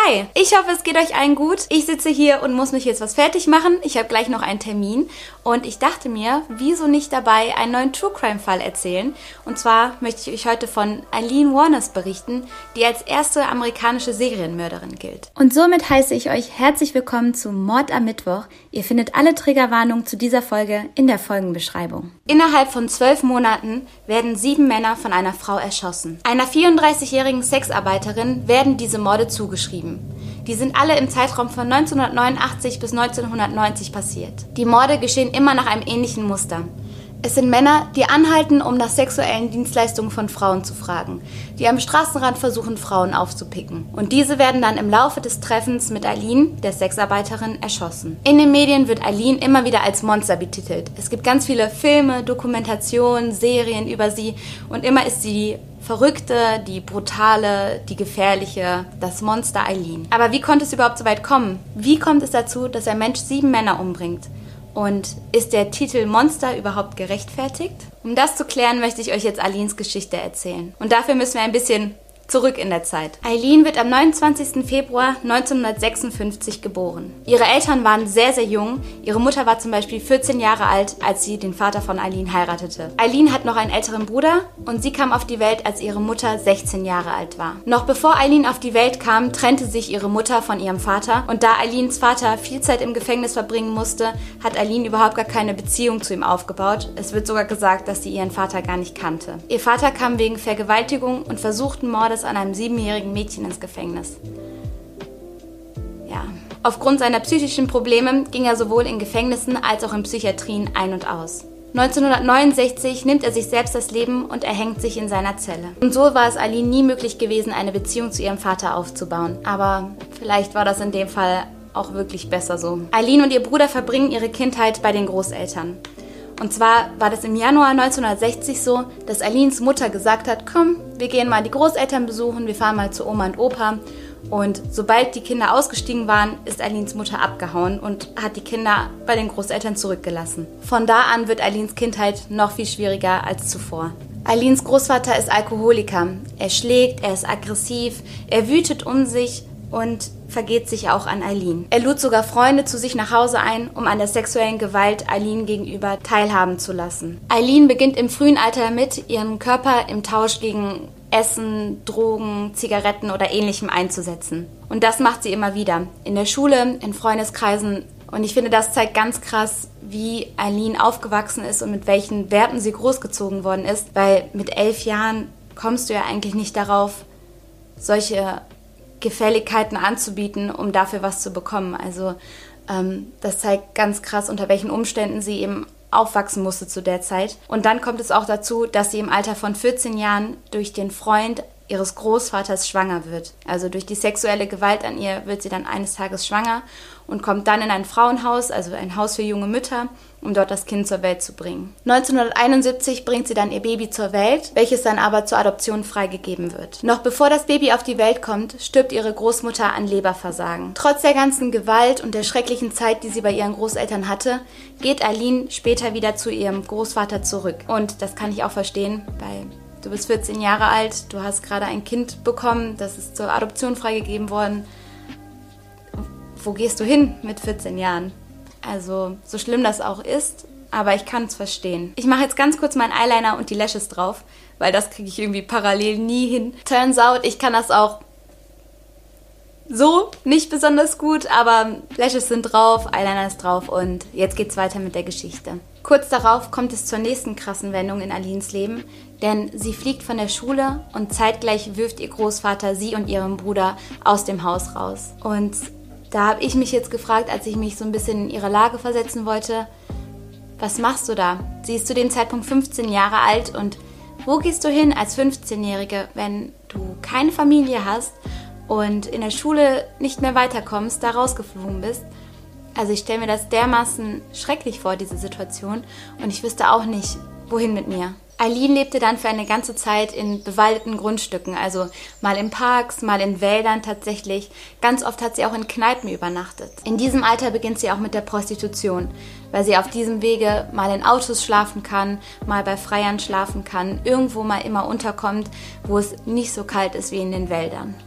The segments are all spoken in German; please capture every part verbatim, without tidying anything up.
Hi, ich hoffe, es geht euch allen gut. Ich sitze hier und muss mich jetzt was fertig machen. Ich habe gleich noch einen Termin und ich dachte mir, wieso nicht dabei einen neuen True Crime Fall erzählen? Und zwar möchte ich euch heute von Aileen Wuornos berichten, die als erste amerikanische Serienmörderin gilt. Und somit heiße ich euch herzlich willkommen zu Mord am Mittwoch. Ihr findet alle Triggerwarnungen zu dieser Folge in der Folgenbeschreibung. Innerhalb von zwölf Monaten werden sieben Männer von einer Frau erschossen. Einer vierunddreißigjährigen Sexarbeiterin werden diese Morde zugeschrieben. Die sind alle im Zeitraum von neunzehnhundertneunundachtzig bis neunzehnhundertneunzig passiert. Die Morde geschehen immer nach einem ähnlichen Muster. Es sind Männer, die anhalten, um nach sexuellen Dienstleistungen von Frauen zu fragen, die am Straßenrand versuchen, Frauen aufzupicken. Und diese werden dann im Laufe des Treffens mit Aileen, der Sexarbeiterin, erschossen. In den Medien wird Aileen immer wieder als Monster betitelt. Es gibt ganz viele Filme, Dokumentationen, Serien über sie und immer ist sie die Verrückte, die Brutale, die Gefährliche, das Monster Aileen. Aber wie konnte es überhaupt so weit kommen? Wie kommt es dazu, dass ein Mensch sieben Männer umbringt? Und ist der Titel Monster überhaupt gerechtfertigt? Um das zu klären, möchte ich euch jetzt Aileens Geschichte erzählen. Und dafür müssen wir ein bisschen zurück in der Zeit. Aileen wird am neunundzwanzigsten Februar neunzehnhundertsechsundfünfzig geboren. Ihre Eltern waren sehr, sehr jung. Ihre Mutter war zum Beispiel vierzehn Jahre alt, als sie den Vater von Aileen heiratete. Aileen hat noch einen älteren Bruder und sie kam auf die Welt, als ihre Mutter sechzehn Jahre alt war. Noch bevor Aileen auf die Welt kam, trennte sich ihre Mutter von ihrem Vater und da Aileens Vater viel Zeit im Gefängnis verbringen musste, hat Aileen überhaupt gar keine Beziehung zu ihm aufgebaut. Es wird sogar gesagt, dass sie ihren Vater gar nicht kannte. Ihr Vater kam wegen Vergewaltigung und versuchten Mordes an einem siebenjährigen Mädchen ins Gefängnis. Ja. Aufgrund seiner psychischen Probleme ging er sowohl in Gefängnissen als auch in Psychiatrien ein- und aus. neunzehnhundertneunundsechzig nimmt er sich selbst das Leben und erhängt sich in seiner Zelle. Und so war es Aileen nie möglich gewesen, eine Beziehung zu ihrem Vater aufzubauen. Aber vielleicht war das in dem Fall auch wirklich besser so. Aileen und ihr Bruder verbringen ihre Kindheit bei den Großeltern. Und zwar war das im Januar neunzehnhundertsechzig so, dass Aileens Mutter gesagt hat, komm, wir gehen mal die Großeltern besuchen, wir fahren mal zu Oma und Opa. Und sobald die Kinder ausgestiegen waren, ist Aileens Mutter abgehauen und hat die Kinder bei den Großeltern zurückgelassen. Von da an wird Aileens Kindheit noch viel schwieriger als zuvor. Aileens Großvater ist Alkoholiker. Er schlägt, er ist aggressiv, er wütet um sich und vergeht sich auch an Aileen. Er lud sogar Freunde zu sich nach Hause ein, um an der sexuellen Gewalt Aileen gegenüber teilhaben zu lassen. Aileen beginnt im frühen Alter damit, ihren Körper im Tausch gegen Essen, Drogen, Zigaretten oder Ähnlichem einzusetzen. Und das macht sie immer wieder. In der Schule, in Freundeskreisen. Und ich finde, das zeigt ganz krass, wie Aileen aufgewachsen ist und mit welchen Werten sie großgezogen worden ist. Weil mit elf Jahren kommst du ja eigentlich nicht darauf, solche Gefälligkeiten anzubieten, um dafür was zu bekommen. Also ähm, das zeigt ganz krass, unter welchen Umständen sie eben aufwachsen musste zu der Zeit. Und dann kommt es auch dazu, dass sie im Alter von vierzehn Jahren durch den Freund ihres Großvaters schwanger wird. Also durch die sexuelle Gewalt an ihr wird sie dann eines Tages schwanger und kommt dann in ein Frauenhaus, also ein Haus für junge Mütter, um dort das Kind zur Welt zu bringen. neunzehnhunderteinundsiebzig bringt sie dann ihr Baby zur Welt, welches dann aber zur Adoption freigegeben wird. Noch bevor das Baby auf die Welt kommt, stirbt ihre Großmutter an Leberversagen. Trotz der ganzen Gewalt und der schrecklichen Zeit, die sie bei ihren Großeltern hatte, geht Aileen später wieder zu ihrem Großvater zurück. Und das kann ich auch verstehen, weil du bist vierzehn Jahre alt, du hast gerade ein Kind bekommen, das ist zur Adoption freigegeben worden. Wo gehst du hin mit vierzehn Jahren? Also, so schlimm das auch ist, aber ich kann es verstehen. Ich mache jetzt ganz kurz meinen Eyeliner und die Lashes drauf, weil das kriege ich irgendwie parallel nie hin. Turns out, ich kann das auch so nicht besonders gut, aber Lashes sind drauf, Eyeliner ist drauf und jetzt geht's weiter mit der Geschichte. Kurz darauf kommt es zur nächsten krassen Wendung in Aileens Leben, denn sie fliegt von der Schule und zeitgleich wirft ihr Großvater sie und ihren Bruder aus dem Haus raus. Und da habe ich mich jetzt gefragt, als ich mich so ein bisschen in ihre Lage versetzen wollte, was machst du da? Sie ist zu dem Zeitpunkt fünfzehn Jahre alt und wo gehst du hin als fünfzehnjährige, wenn du keine Familie hast und in der Schule nicht mehr weiterkommst, da rausgeflogen bist? Also ich stelle mir das dermaßen schrecklich vor, diese Situation, und ich wüsste auch nicht, wohin mit mir. Aileen lebte dann für eine ganze Zeit in bewaldeten Grundstücken, also mal in Parks, mal in Wäldern tatsächlich. Ganz oft hat sie auch in Kneipen übernachtet. In diesem Alter beginnt sie auch mit der Prostitution, weil sie auf diesem Wege mal in Autos schlafen kann, mal bei Freiern schlafen kann, irgendwo mal immer unterkommt, wo es nicht so kalt ist wie in den Wäldern.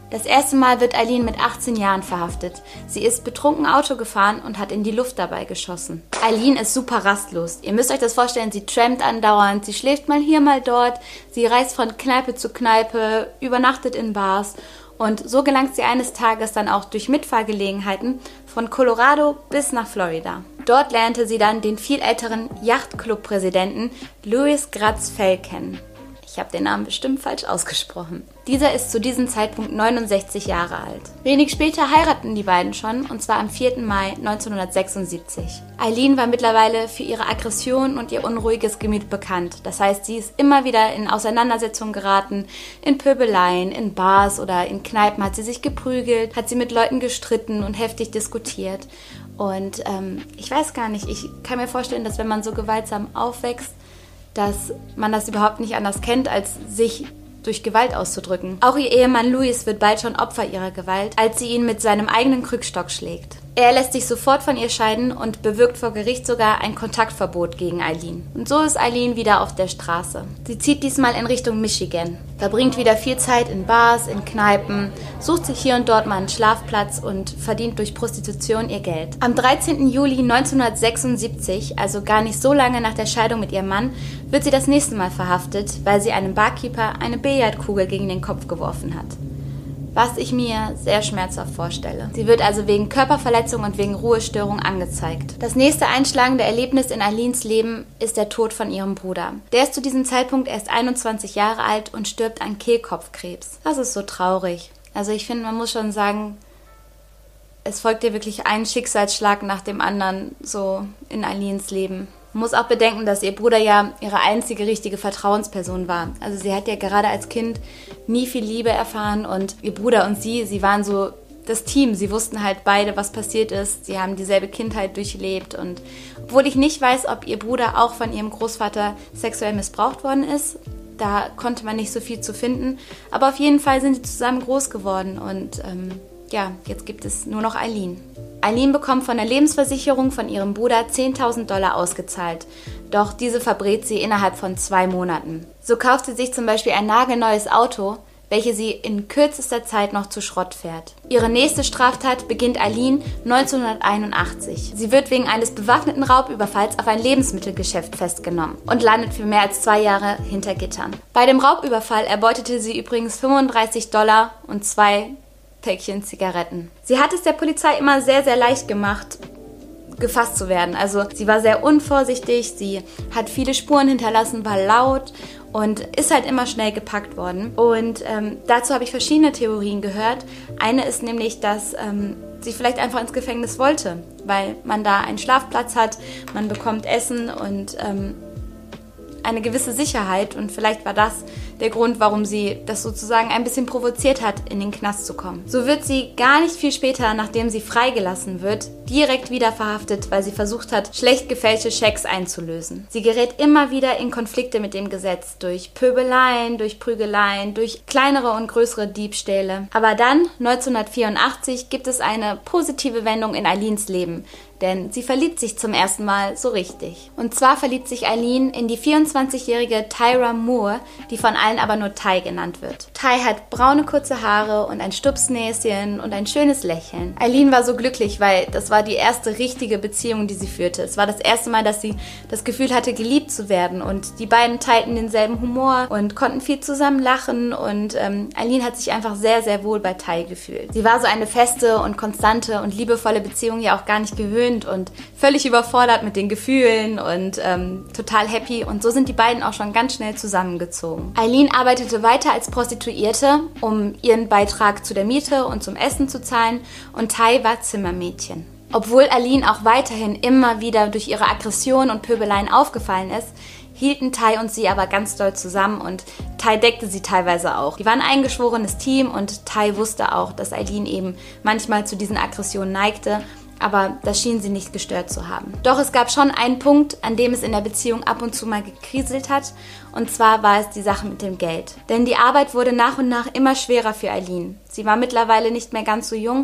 Das erste Mal wird Eileen mit achtzehn Jahren verhaftet. Sie ist betrunken Auto gefahren und hat in die Luft dabei geschossen. Eileen ist super rastlos. Ihr müsst euch das vorstellen, sie trampt andauernd, sie schläft mal hier, mal dort, sie reist von Kneipe zu Kneipe, übernachtet in Bars und so gelangt sie eines Tages dann auch durch Mitfahrgelegenheiten von Colorado bis nach Florida. Dort lernte sie dann den viel älteren Yachtclub-Präsidenten Louis Gratz-Fell kennen. Ich habe den Namen bestimmt falsch ausgesprochen. Dieser ist zu diesem Zeitpunkt neunundsechzig Jahre alt. Wenig später heiraten die beiden schon, und zwar am vierten Mai neunzehnhundertsechsundsiebzig. Eileen war mittlerweile für ihre Aggression und ihr unruhiges Gemüt bekannt. Das heißt, sie ist immer wieder in Auseinandersetzungen geraten, in Pöbeleien, in Bars oder in Kneipen hat sie sich geprügelt, hat sie mit Leuten gestritten und heftig diskutiert. Und ähm, ich weiß gar nicht, ich kann mir vorstellen, dass wenn man so gewaltsam aufwächst, dass man das überhaupt nicht anders kennt, als sich durch Gewalt auszudrücken. Auch ihr Ehemann Louis wird bald schon Opfer ihrer Gewalt, als sie ihn mit seinem eigenen Krückstock schlägt. Er lässt sich sofort von ihr scheiden und bewirkt vor Gericht sogar ein Kontaktverbot gegen Eileen. Und so ist Eileen wieder auf der Straße. Sie zieht diesmal in Richtung Michigan, verbringt wieder viel Zeit in Bars, in Kneipen, sucht sich hier und dort mal einen Schlafplatz und verdient durch Prostitution ihr Geld. Am dreizehnten Juli neunzehnhundertsechsundsiebzig, also gar nicht so lange nach der Scheidung mit ihrem Mann, wird sie das nächste Mal verhaftet, weil sie einem Barkeeper eine Billardkugel gegen den Kopf geworfen hat. Was ich mir sehr schmerzhaft vorstelle. Sie wird also wegen Körperverletzung und wegen Ruhestörung angezeigt. Das nächste einschlagende Erlebnis in Eileens Leben ist der Tod von ihrem Bruder. Der ist zu diesem Zeitpunkt erst einundzwanzig Jahre alt und stirbt an Kehlkopfkrebs. Das ist so traurig. Also ich finde, man muss schon sagen, es folgt ihr wirklich ein Schicksalsschlag nach dem anderen so in Eileens Leben. Man muss auch bedenken, dass ihr Bruder ja ihre einzige richtige Vertrauensperson war. Also sie hat ja gerade als Kind nie viel Liebe erfahren und ihr Bruder und sie, sie waren so das Team. Sie wussten halt beide, was passiert ist. Sie haben dieselbe Kindheit durchlebt und obwohl ich nicht weiß, ob ihr Bruder auch von ihrem Großvater sexuell missbraucht worden ist, da konnte man nicht so viel zu finden. Aber auf jeden Fall sind sie zusammen groß geworden und ähm, ja, jetzt gibt es nur noch Eileen. Eileen bekommt von der Lebensversicherung von ihrem Bruder zehntausend Dollar ausgezahlt. Doch diese verbrät sie innerhalb von zwei Monaten. So kauft sie sich zum Beispiel ein nagelneues Auto, welches sie in kürzester Zeit noch zu Schrott fährt. Ihre nächste Straftat beginnt Eileen neunzehnhunderteinundachtzig. Sie wird wegen eines bewaffneten Raubüberfalls auf ein Lebensmittelgeschäft festgenommen und landet für mehr als zwei Jahre hinter Gittern. Bei dem Raubüberfall erbeutete sie übrigens fünfunddreißig Dollar und zwei Päckchen Zigaretten. Sie hat es der Polizei immer sehr, sehr leicht gemacht, gefasst zu werden. Also sie war sehr unvorsichtig, sie hat viele Spuren hinterlassen, war laut und ist halt immer schnell gepackt worden. Und ähm, dazu habe ich verschiedene Theorien gehört. Eine ist nämlich, dass ähm, sie vielleicht einfach ins Gefängnis wollte, weil man da einen Schlafplatz hat, man bekommt Essen und ähm, eine gewisse Sicherheit und vielleicht war das der Grund, warum sie das sozusagen ein bisschen provoziert hat, in den Knast zu kommen. So wird sie gar nicht viel später, nachdem sie freigelassen wird, direkt wieder verhaftet, weil sie versucht hat, schlecht gefälschte Schecks einzulösen. Sie gerät immer wieder in Konflikte mit dem Gesetz, durch Pöbeleien, durch Prügeleien, durch kleinere und größere Diebstähle. Aber dann, neunzehnhundertvierundachtzig, gibt es eine positive Wendung in Eileens Leben. Denn sie verliebt sich zum ersten Mal so richtig. Und zwar verliebt sich Eileen in die vierundzwanzigjährige Tyra Moore, die von allen aber nur Ty genannt wird. Ty hat braune kurze Haare und ein Stupsnäschen und ein schönes Lächeln. Eileen war so glücklich, weil das war die erste richtige Beziehung, die sie führte. Es war das erste Mal, dass sie das Gefühl hatte, geliebt zu werden. Und die beiden teilten denselben Humor und konnten viel zusammen lachen. Und ähm, Eileen hat sich einfach sehr, sehr wohl bei Ty gefühlt. Sie war so eine feste und konstante und liebevolle Beziehung ja auch gar nicht gewöhnt und völlig überfordert mit den Gefühlen und ähm, total happy. Und so sind die beiden auch schon ganz schnell zusammengezogen. Eileen arbeitete weiter als Prostituierte, um ihren Beitrag zu der Miete und zum Essen zu zahlen. Und Ty war Zimmermädchen. Obwohl Eileen auch weiterhin immer wieder durch ihre Aggression und Pöbeleien aufgefallen ist, hielten Ty und sie aber ganz doll zusammen und Ty deckte sie teilweise auch. Die waren ein eingeschworenes Team und Ty wusste auch, dass Eileen eben manchmal zu diesen Aggressionen neigte. Aber das schien sie nicht gestört zu haben. Doch es gab schon einen Punkt, an dem es in der Beziehung ab und zu mal gekriselt hat. Und zwar war es die Sache mit dem Geld. Denn die Arbeit wurde nach und nach immer schwerer für Eileen. Sie war mittlerweile nicht mehr ganz so jung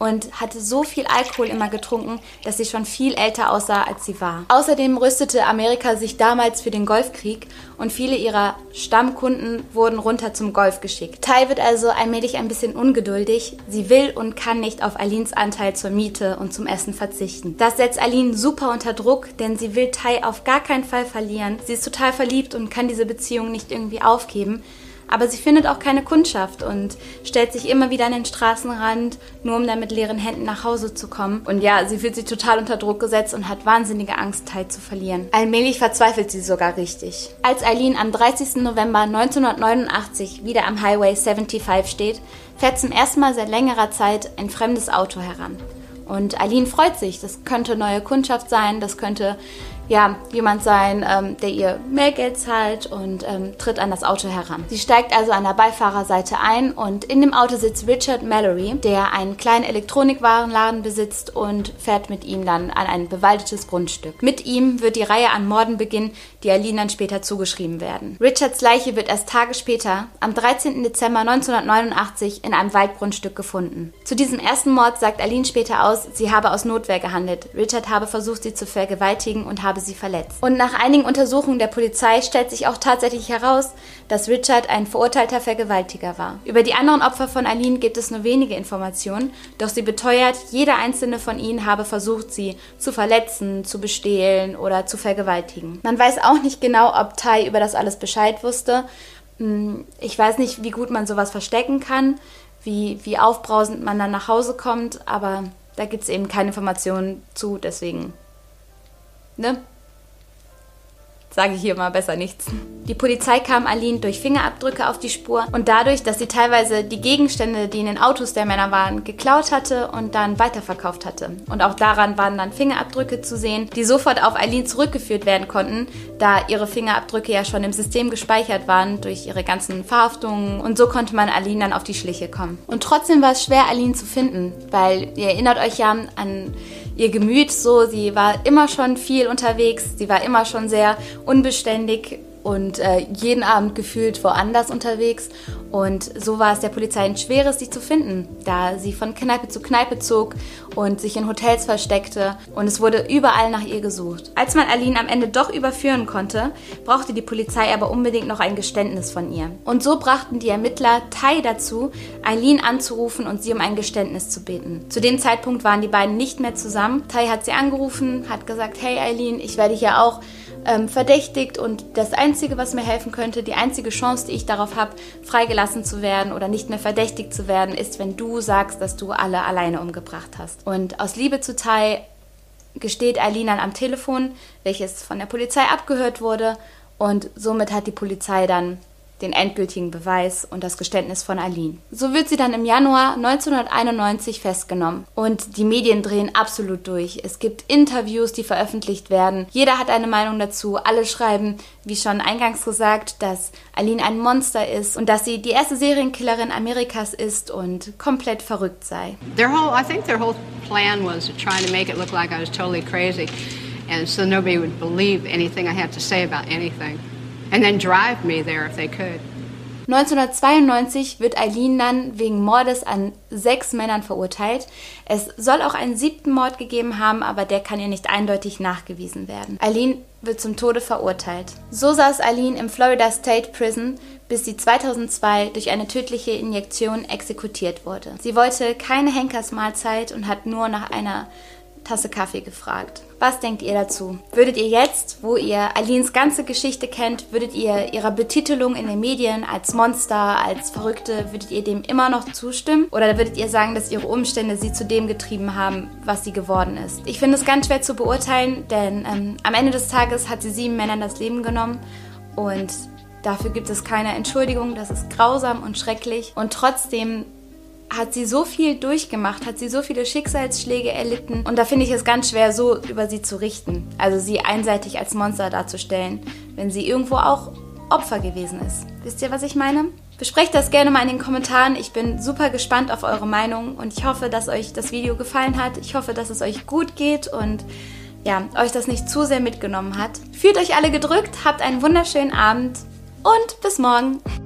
und hatte so viel Alkohol immer getrunken, dass sie schon viel älter aussah, als sie war. Außerdem rüstete Amerika sich damals für den Golfkrieg und viele ihrer Stammkunden wurden runter zum Golf geschickt. Ty wird also allmählich ein bisschen ungeduldig. Sie will und kann nicht auf Alines Anteil zur Miete und zum Essen verzichten. Das setzt Aline super unter Druck, denn sie will Ty auf gar keinen Fall verlieren. Sie ist total verliebt und kann diese Beziehung nicht irgendwie aufgeben. Aber sie findet auch keine Kundschaft und stellt sich immer wieder an den Straßenrand, nur um dann mit leeren Händen nach Hause zu kommen. Und ja, sie fühlt sich total unter Druck gesetzt und hat wahnsinnige Angst, Ty zu verlieren. Allmählich verzweifelt sie sogar richtig. Als Aline am dreißigsten November neunzehnhundertneunundachtzig wieder am Highway fünfundsiebzig steht, fährt zum ersten Mal seit längerer Zeit ein fremdes Auto heran. Und Aline freut sich. Das könnte neue Kundschaft sein, das könnte ja, jemand sein, ähm, der ihr mehr Geld zahlt und ähm, tritt an das Auto heran. Sie steigt also an der Beifahrerseite ein und in dem Auto sitzt Richard Mallory, der einen kleinen Elektronikwarenladen besitzt und fährt mit ihm dann an ein bewaldetes Grundstück. Mit ihm wird die Reihe an Morden beginnen, die Aline dann später zugeschrieben werden. Richards Leiche wird erst Tage später, am dreizehnten Dezember neunzehnhundertneunundachtzig, in einem Waldgrundstück gefunden. Zu diesem ersten Mord sagt Aline später aus, sie habe aus Notwehr gehandelt. Richard habe versucht, sie zu vergewaltigen und habe sie verletzt. Und nach einigen Untersuchungen der Polizei stellt sich auch tatsächlich heraus, dass Richard ein verurteilter Vergewaltiger war. Über die anderen Opfer von Aline gibt es nur wenige Informationen, doch sie beteuert, jeder einzelne von ihnen habe versucht, sie zu verletzen, zu bestehlen oder zu vergewaltigen. Man weiß auch nicht genau, ob Ty über das alles Bescheid wusste. Ich weiß nicht, wie gut man sowas verstecken kann, wie, wie aufbrausend man dann nach Hause kommt, aber da gibt es eben keine Informationen zu, deswegen, ne? Sage ich hier mal besser nichts. Die Polizei kam Aline durch Fingerabdrücke auf die Spur und dadurch, dass sie teilweise die Gegenstände, die in den Autos der Männer waren, geklaut hatte und dann weiterverkauft hatte. Und auch daran waren dann Fingerabdrücke zu sehen, die sofort auf Aline zurückgeführt werden konnten, da ihre Fingerabdrücke ja schon im System gespeichert waren durch ihre ganzen Verhaftungen und so konnte man Aline dann auf die Schliche kommen. Und trotzdem war es schwer, Aline zu finden, weil ihr erinnert euch ja an ihr Gemüt so, sie war immer schon viel unterwegs, sie war immer schon sehr unbeständig und äh, jeden Abend gefühlt woanders unterwegs und so war es der Polizei ein schweres, sie zu finden, da sie von Kneipe zu Kneipe zog und sich in Hotels versteckte und es wurde überall nach ihr gesucht. Als man Aline am Ende doch überführen konnte, brauchte die Polizei aber unbedingt noch ein Geständnis von ihr. Und so brachten die Ermittler Ty dazu, Aline anzurufen und sie um ein Geständnis zu bitten. Zu dem Zeitpunkt waren die beiden nicht mehr zusammen. Ty hat sie angerufen, hat gesagt, hey Aline, ich werde hier auch ähm, verdächtigt und das Einzige, was mir helfen könnte, die einzige Chance, die ich darauf habe, freigelassen zu werden oder nicht mehr verdächtigt zu werden, ist, wenn du sagst, dass du alle alleine umgebracht hast. Und aus Liebe zu Ty gesteht Aline dann am Telefon, welches von der Polizei abgehört wurde und somit hat die Polizei dann den endgültigen Beweis und das Geständnis von Aline. So wird sie dann im Januar neunzehnhunderteinundneunzig festgenommen und die Medien drehen absolut durch. Es gibt Interviews, die veröffentlicht werden. Jeder hat eine Meinung dazu. Alle schreiben, wie schon eingangs gesagt, dass Aline ein Monster ist und dass sie die erste Serienkillerin Amerikas ist und komplett verrückt sei. Their whole, I think their whole plan was to try to make it look like I was totally crazy and so nobody would believe anything I had to say about anything. And then drive me there if they could. neunzehnhundertzweiundneunzig wird Aline dann wegen Mordes an sechs Männern verurteilt. Es soll auch einen siebten Mord gegeben haben, aber der kann ihr nicht eindeutig nachgewiesen werden. Aline wird zum Tode verurteilt. So saß Aline im Florida State Prison, bis sie zweitausendzwei durch eine tödliche Injektion exekutiert wurde. Sie wollte keine Henkersmahlzeit und hat nur nach einer Tasse Kaffee gefragt. Was denkt ihr dazu? Würdet ihr jetzt, wo ihr Alines ganze Geschichte kennt, würdet ihr ihrer Betitelung in den Medien als Monster, als Verrückte, würdet ihr dem immer noch zustimmen? Oder würdet ihr sagen, dass ihre Umstände sie zu dem getrieben haben, was sie geworden ist? Ich finde es ganz schwer zu beurteilen, denn ähm, am Ende des Tages hat sie sieben Männern das Leben genommen und dafür gibt es keine Entschuldigung. Das ist grausam und schrecklich und trotzdem hat sie so viel durchgemacht, hat sie so viele Schicksalsschläge erlitten und da finde ich es ganz schwer, so über sie zu richten. Also sie einseitig als Monster darzustellen, wenn sie irgendwo auch Opfer gewesen ist. Wisst ihr, was ich meine? Besprecht das gerne mal in den Kommentaren. Ich bin super gespannt auf eure Meinung und ich hoffe, dass euch das Video gefallen hat. Ich hoffe, dass es euch gut geht und ja, euch das nicht zu sehr mitgenommen hat. Fühlt euch alle gedrückt, habt einen wunderschönen Abend und bis morgen.